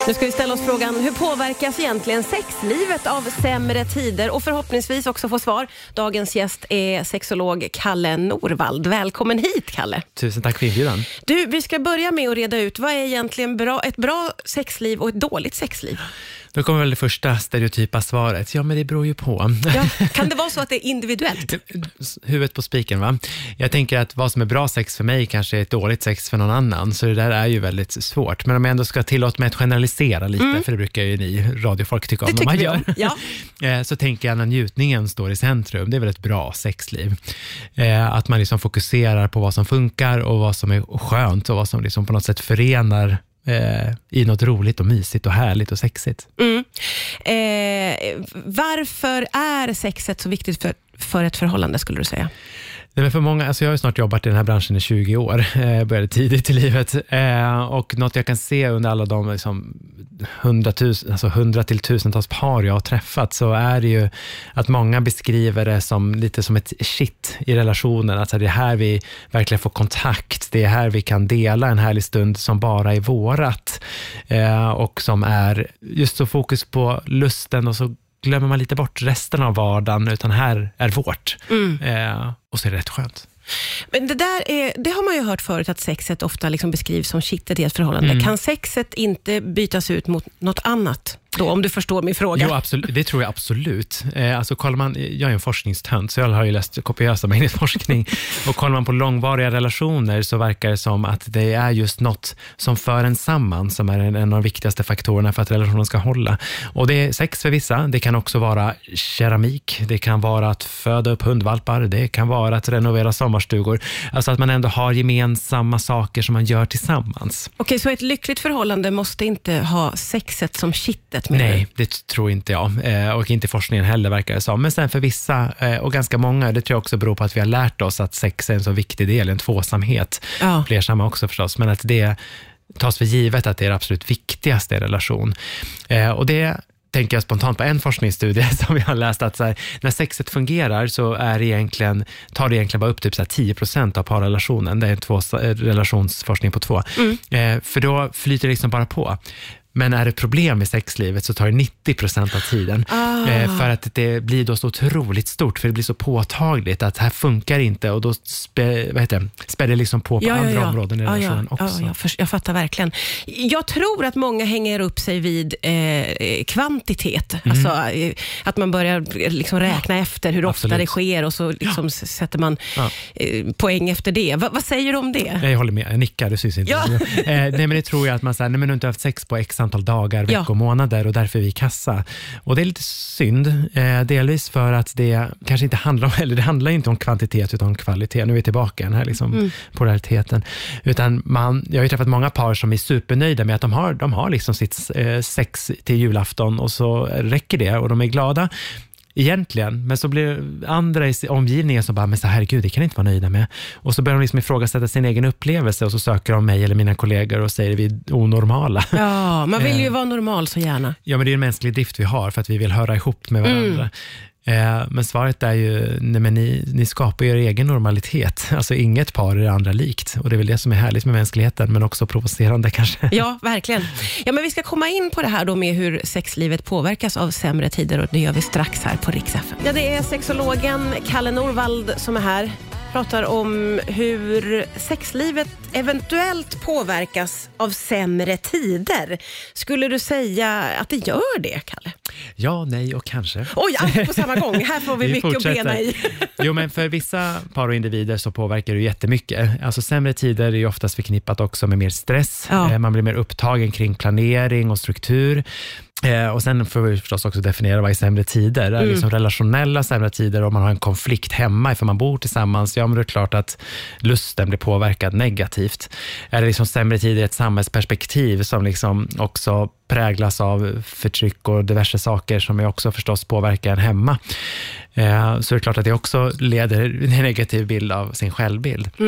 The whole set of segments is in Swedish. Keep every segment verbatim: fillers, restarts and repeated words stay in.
Nu ska vi ställa oss frågan, hur påverkas egentligen sexlivet av sämre tider? Och förhoppningsvis också få svar. Dagens gäst är sexolog Kalle Norvald. Välkommen hit, Kalle. Tusen tack för inbjudan. Du, vi ska börja med att reda ut, vad är egentligen bra, ett bra sexliv och ett dåligt sexliv? Då kommer väl det första stereotypa svaret. Ja, men det beror ju på. Ja, kan det vara så att det är individuellt? Huvudet på spiken, va? Jag tänker att vad som är bra sex för mig kanske är ett dåligt sex för någon annan. Så det där är ju väldigt svårt. Men om jag ändå ska tillåta mig att generalisera lite, mm. för det brukar ju ni radiofolk tycka om det när man gör. Om. Ja. Så tänker jag när njutningen står i centrum. Det är väl ett bra sexliv. Att man liksom fokuserar på vad som funkar och vad som är skönt och vad som liksom på något sätt förenar i något roligt och mysigt och härligt och sexigt. Mm. Eh, varför är sexet så viktigt för, för ett förhållande, skulle du säga? Nej, men för många, alltså jag har ju snart jobbat i den här branschen i tjugo år, eh, började tidigt i livet eh, och något jag kan se under alla de liksom, hundratusen, alltså hundra till tusentals par jag har träffat, så är det ju att många beskriver det som lite som ett shit i relationen, alltså det är här vi verkligen får kontakt, det är här vi kan dela en härlig stund som bara är vårat eh, och som är just så fokus på lusten, och så glömmer man lite bort resten av vardagen, utan här är vårt. Mm. Eh, och så är det rätt skönt. Men det där är, det har man ju hört förut, att sexet ofta liksom beskrivs som kittet i ett förhållande. Mm. Kan sexet inte bytas ut mot något annat då, om du förstår min fråga? Jo, absolut, det tror jag absolut. Eh, alltså kollar man, jag är en forskningstönt, så jag har ju läst kopiösa mängder forskning, och kollar man på långvariga relationer så verkar det som att det är just något som för en samman som är en, en av de viktigaste faktorerna för att relationen ska hålla. Och det är sex för vissa, det kan också vara keramik, det kan vara att föda upp hundvalpar, det kan vara att renovera sommarstugor. Alltså att man ändå har gemensamma saker som man gör tillsammans. Okej, så ett lyckligt förhållande måste inte ha sexet som kittet? Nej, det tror inte jag. Eh, och inte forskningen heller, verkar det som. Men sen för vissa, eh, och ganska många, det tror jag också beror på att vi har lärt oss att sex är en så viktig del, en tvåsamhet. Ja. Flersamma också förstås, men att det tas för givet att det är det absolut viktigaste i relation. Eh, och det tänker jag spontant på en forskningsstudie som vi har läst, att så här, när sexet fungerar så är det egentligen, tar det egentligen bara upp typ så här tio procent av parrelationen. Det är en två, relationsforskning på två. Mm. Eh, för då flyter det liksom bara på. Men är det problem i sexlivet så tar det nittio procent av tiden. Ah. Eh, för att det blir då så otroligt stort, för det blir så påtagligt att här funkar inte, och då spä, vad heter det, spär det liksom på på ja, andra ja, ja. områden i ja, relationen ja, också. Ja, jag, för, jag fattar verkligen. Jag tror att många hänger upp sig vid eh, kvantitet. Mm. Alltså eh, att man börjar liksom räkna ja. efter hur ofta Absolut. det sker, och så liksom ja. sätter man ja. eh, poäng efter det. Va, vad säger du om det? Jag håller med, jag nickar, det syns inte. Ja. eh, nej, men det tror jag att man säger, nej men du har inte haft sex på x antal dagar, veckor, ja. månader, och därför är vi kassa. Och det är lite synd, eh, delvis för att det kanske inte handlar om, eller det handlar inte om kvantitet utan om kvalitet. Nu är vi tillbaka i den här liksom mm. polariteten. Utan man, jag har ju träffat många par som är supernöjda med att de har, de har liksom sitt eh, sex till julafton, och så räcker det, och de är glada egentligen, men så blir andra i omgivningen som bara, men så herregud, det kan inte vara nöjda med. Och så börjar de liksom ifrågasätta sin egen upplevelse, och så söker de mig eller mina kollegor och säger vi är onormala. Ja, man vill ju eh, vara normal så gärna. Ja, men det är en mänsklig drift vi har, för att vi vill höra ihop med varandra. Mm. Eh, men svaret är ju, nej men ni, ni skapar er egen normalitet. Alltså inget par är det andra likt. Och det är väl det som är härligt med mänskligheten, men också provocerande kanske. Ja, verkligen. Ja, men vi ska komma in på det här då med hur sexlivet påverkas av sämre tider, och det gör vi strax här på Rix F M. Ja, det är sexologen Kalle Norvald som är här. Pratar om hur sexlivet eventuellt påverkas av sämre tider. Skulle du säga att det gör det, Kalle? Ja, nej och kanske. Oj, allt på samma gång. Här får vi, vi mycket fortsätter. att bena i. Jo, men för vissa par och individer så påverkar det jättemycket. Alltså sämre tider är ju oftast förknippat också med mer stress. Ja. Man blir mer upptagen kring planering och struktur. Eh, och sen får vi förstås också definiera vad är sämre tider. Mm. Liksom relationella sämre tider, om man har en konflikt hemma för man bor tillsammans, ja men det är klart att lusten blir påverkad negativt. Är det liksom sämre tider i ett samhällsperspektiv som liksom också präglas av förtryck och diverse saker som är också förstås påverkar en hemma, eh, så är det klart att det också leder en negativ bild av sin självbild. Mm.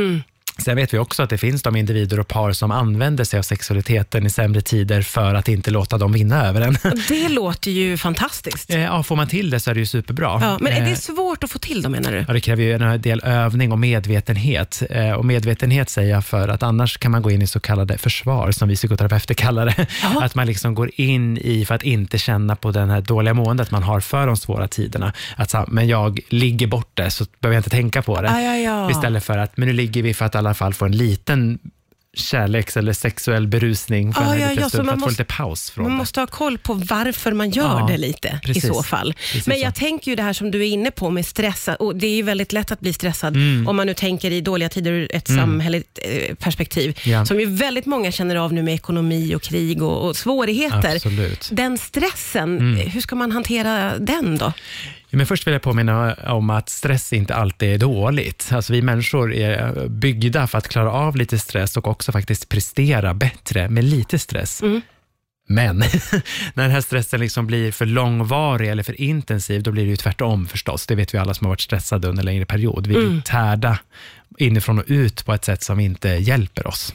Sen vet vi också att det finns de individer och par som använder sig av sexualiteten i sämre tider för att inte låta dem vinna över en. Det låter ju fantastiskt. Ja, får man till det så är det ju superbra. Ja, men är det svårt att få till dem, menar du? Ja, det kräver ju en del övning och medvetenhet. Och medvetenhet säger jag för att annars kan man gå in i så kallade försvar, som vi psykoterapeuter kallar det. Aha. Att man liksom går in i för att inte känna på den här dåliga måendet man har för de svåra tiderna. Att men jag ligger bort det så behöver jag inte tänka på det. Ah, ja, ja. Istället för att, men nu ligger vi för att i alla fall få en liten kärleks- eller sexuell berusning för, ah, ja, ja, stund, för att måste, få lite paus från man det. Man måste ha koll på varför man gör ja, det lite precis, i så fall. Men jag så. tänker ju det här som du är inne på med stressa, och det är ju väldigt lätt att bli stressad mm. om man nu tänker i dåliga tider ur ett mm. samhälleligt eh, perspektiv. Ja. Som ju väldigt många känner av nu med ekonomi och krig och, och svårigheter. Absolut. Den stressen, mm. hur ska man hantera den då? Men först vill jag påminna om att stress inte alltid är dåligt. Alltså vi människor är byggda för att klara av lite stress och också faktiskt prestera bättre med lite stress. Mm. Men när den här stressen liksom blir för långvarig eller för intensiv, då blir det ju tvärtom förstås. Det vet vi alla som har varit stressade under en längre period. Vi blir mm. tärda inifrån och ut på ett sätt som inte hjälper oss.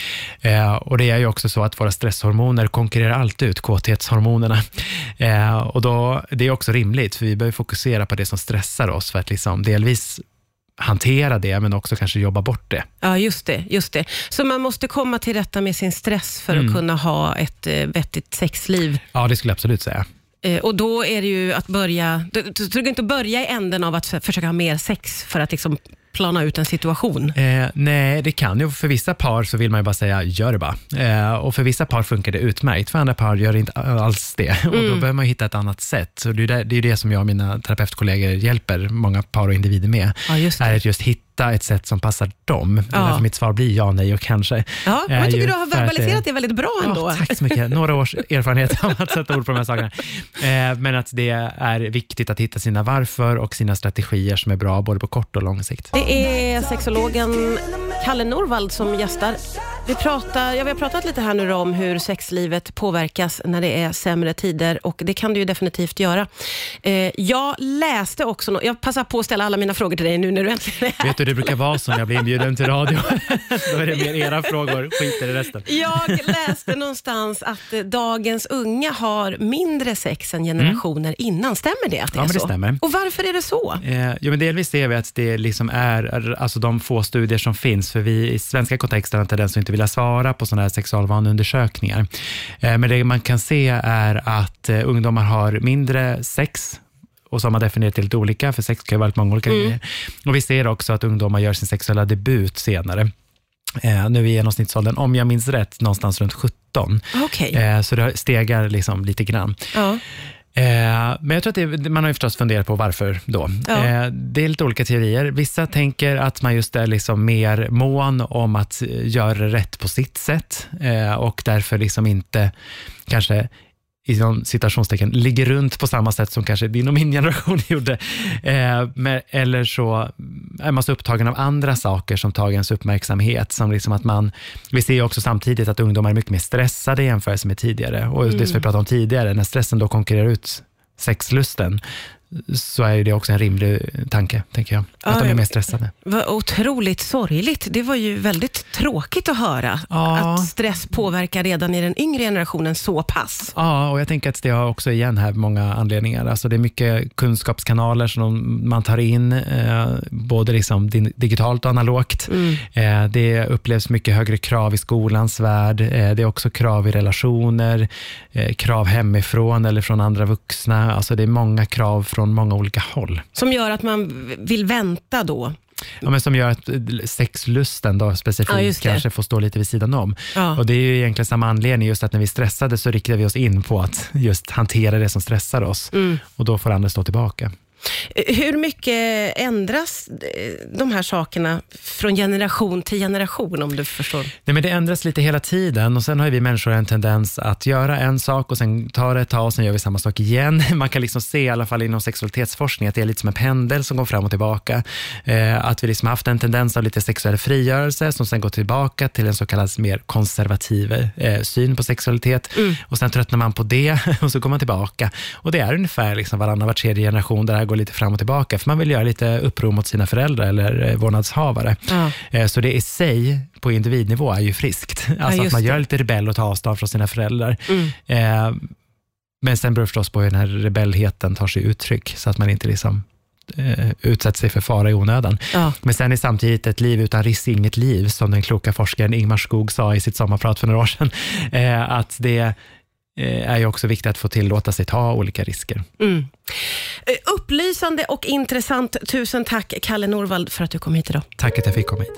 Eh, och det är ju också så att våra stresshormoner konkurrerar alltid ut kåthetshormonerna. Eh, och då, det är också rimligt, för vi behöver fokusera på det som stressar oss för att liksom delvis hantera det, men också kanske jobba bort det. Ja, just det, just det. Så man måste komma till rätta med sin stress för mm. att kunna ha ett eh, vettigt sexliv. Ja, det skulle jag absolut säga. Eh, och då är det ju att börja, du, du, du inte börja i änden av att för, försöka ha mer sex för att liksom plana ut en situation? Eh, nej, det kan ju. För vissa par så vill man ju bara säga, gör det bara. Eh, och för vissa par funkar det utmärkt. För andra par gör inte alls det. Mm. Och då behöver man hitta ett annat sätt. Så det är ju det, det som jag och mina terapeutkollegor hjälper många par och individer med. Ja, just det. Är att just hitta ett sätt som passar dem. Ja. Därför mitt svar blir ja, nej och kanske. Ja, men jag tycker du har verbaliserat att, det väldigt bra ändå. Ja, tack så mycket. Några års erfarenhet av att sätta ord på de här sakerna. Eh, men att det är viktigt att hitta sina varför och sina strategier som är bra både på kort och lång sikt. Det är sexologen Kalle Norvald som gästar. Vi, pratar, ja, vi har pratat lite här nu om hur sexlivet påverkas när det är sämre tider, och det kan du ju definitivt göra. Eh, jag läste också, no- jag passar på att ställa alla mina frågor till dig nu när du äntligen är här. Vet du, det brukar vara så när jag blir inbjuden till radio. Då är det mer era frågor, skiter i resten. Jag läste någonstans att eh, dagens unga har mindre sex än generationer mm. innan. Stämmer det att det ja, är men det så? Stämmer. Och varför är det så? Eh, jo, men delvis ser vi att det liksom är alltså de få studier som finns, för vi i svenska kontexter har inte den som inte vilja svara på sådana här sexualvaneundersökningar. Eh, men det man kan se är att eh, ungdomar har mindre sex, och så har man definierat det lite olika, för sex kan ju vara väldigt många olika mm. grejer. Och vi ser också att ungdomar gör sin sexuella debut senare. Eh, nu är genomsnittsåldern, om jag minns rätt, någonstans runt sjutton. Okay. Eh, så det stegar liksom lite grann. Ja. Eh, men jag tror att det, man har ju förstås funderat på varför då. Ja. Eh, det är lite olika teorier. Vissa tänker att man just är liksom mer mån om att göra rätt på sitt sätt eh, och därför liksom inte kanske i någon citationstecken ligger runt på samma sätt som kanske din och min generation gjorde. Eh, men, eller så är man så upptagen av andra saker som tar ens uppmärksamhet. Som liksom att man, vi ser ju också samtidigt att ungdomar är mycket mer stressade i jämförelse med tidigare. Och mm. det som vi pratade om tidigare, när stressen då konkurrerar ut sexlusten, så är det också en rimlig tanke, tänker jag. Att ja, de är mer stressade. Vad otroligt sorgligt. Det var ju väldigt tråkigt att höra ja. att stress påverkar redan i den yngre generationen så pass. Ja, och jag tänker att det har också igen här många anledningar. Alltså det är mycket kunskapskanaler som man tar in, eh, både liksom digitalt och analogt. Mm. Eh, det upplevs mycket högre krav i skolans värld. Eh, det är också krav i relationer, eh, krav hemifrån eller från andra vuxna. Alltså det är många krav från från många olika håll. Som gör att man vill vänta då? Ja, men som gör att sexlusten då specifikt ja, kanske får stå lite vid sidan om. Ja. Och det är ju egentligen samma anledning, just att när vi är stressade så riktar vi oss in på att just hantera det som stressar oss. Mm. Och då får andra stå tillbaka. Hur mycket ändras de här sakerna från generation till generation, om du förstår? Nej, men det ändras lite hela tiden, och sen har vi människor en tendens att göra en sak och sen tar det ett tag och sen gör vi samma sak igen. Man kan liksom se i alla fall inom sexualitetsforskning att det är lite som en pendel som går fram och tillbaka. Eh, att vi liksom haft en tendens av lite sexuell frigörelse som sen går tillbaka till en så kallad mer konservativ eh, syn på sexualitet. Mm. Och sen tröttnar man på det och så går man tillbaka. Och det är ungefär liksom varannan var tredje generation där det här gå lite fram och tillbaka, för man vill göra lite uppror mot sina föräldrar eller vårdnadshavare. Ja. Så det i sig på individnivå är ju friskt. Alltså ja, att man gör lite rebell och tar avstånd från sina föräldrar. Mm. Eh, men sen beror förstås på hur den här rebellheten tar sig uttryck, så att man inte liksom eh, utsätter sig för fara i onödan. Ja. Men sen är samtidigt ett liv utan risk inget liv, som den kloka forskaren Ingmar Skog sa i sitt sommarprat för några år sedan. Eh, att det är ju också viktigt att få tillåta sig ta olika risker. Mm. Upplysande och intressant. Tusen tack, Kalle Norvald, för att du kom hit idag. Tack att jag fick komma hit.